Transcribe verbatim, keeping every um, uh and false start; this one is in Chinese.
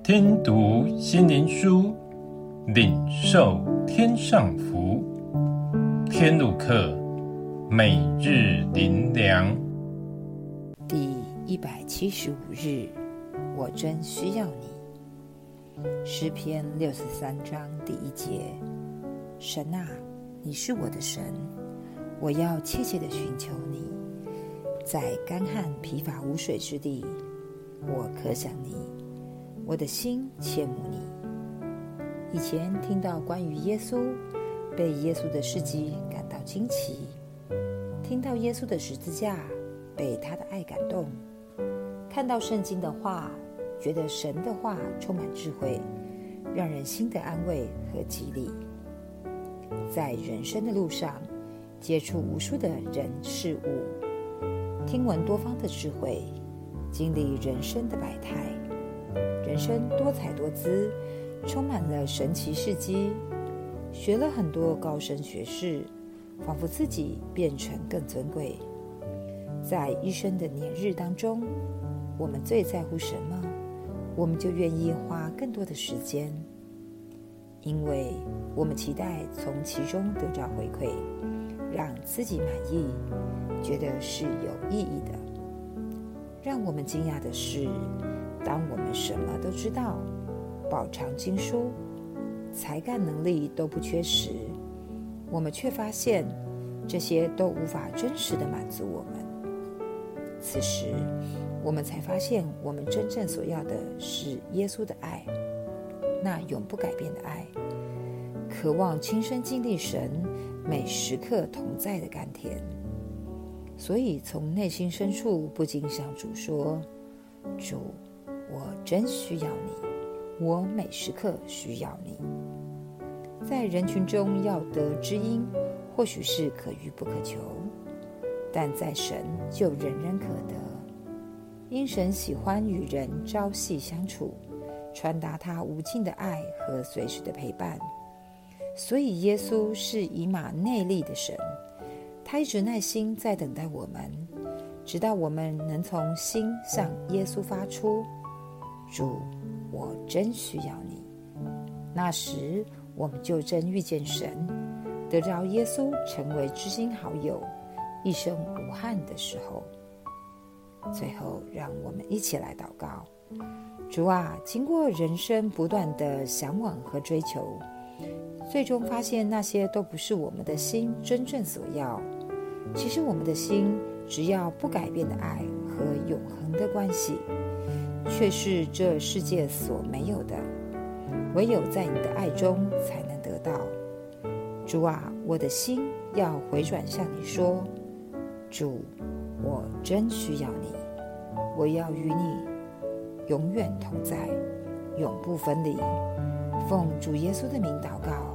听读心灵书，领受天上福。天路客，每日灵粮。 第一百七十五日，我真需要你。诗篇六十三章第一节：神啊，你是我的神，我要切切地寻求你。在干旱疲乏无水之地，我渴想你，我的心切慕你。以前听到关于耶稣，被耶稣的事迹感到惊奇，听到耶稣的十字架，被他的爱感动，看到圣经的话，觉得神的话充满智慧，让人心得安慰和激励。在人生的路上，接触无数的人事物，听闻多方的智慧，经历人生的百态。人生多彩多姿，充满了神奇事迹，学了很多高深学识，仿佛自己变成更尊贵。在一生的年日当中，我们最在乎什么，我们就愿意花更多的时间，因为我们期待从其中得到回馈，让自己满意，觉得是有意义的。让我们惊讶的是，当我们什么都知道，饱尝经书，才干能力都不缺时，我们却发现这些都无法真实的满足我们。此时我们才发现，我们真正所要的是耶稣的爱，那永不改变的爱，渴望亲身经历神每时刻同在的甘甜。所以从内心深处不禁向主说：主，我真需要你，我每时刻需要你。在人群中要得知音，或许是可遇不可求，但在神就人人可得。因神喜欢与人朝夕相处，传达他无尽的爱和随时的陪伴。所以耶稣是以马内利的神，他一直耐心在等待我们，直到我们能从心向耶稣发出：主，我真需要你。那时我们就真遇见神，得着耶稣成为知心好友，一生无憾的时候。最后让我们一起来祷告：主啊，经过人生不断的向往和追求，最终发现那些都不是我们的心真正所要。其实我们的心只要不改变的爱和永恒的关系，却是这世界所没有的，唯有在你的爱中才能得到。主啊，我的心要回转向你说：主，我真需要你，我要与你永远同在，永不分离。奉主耶稣的名祷告，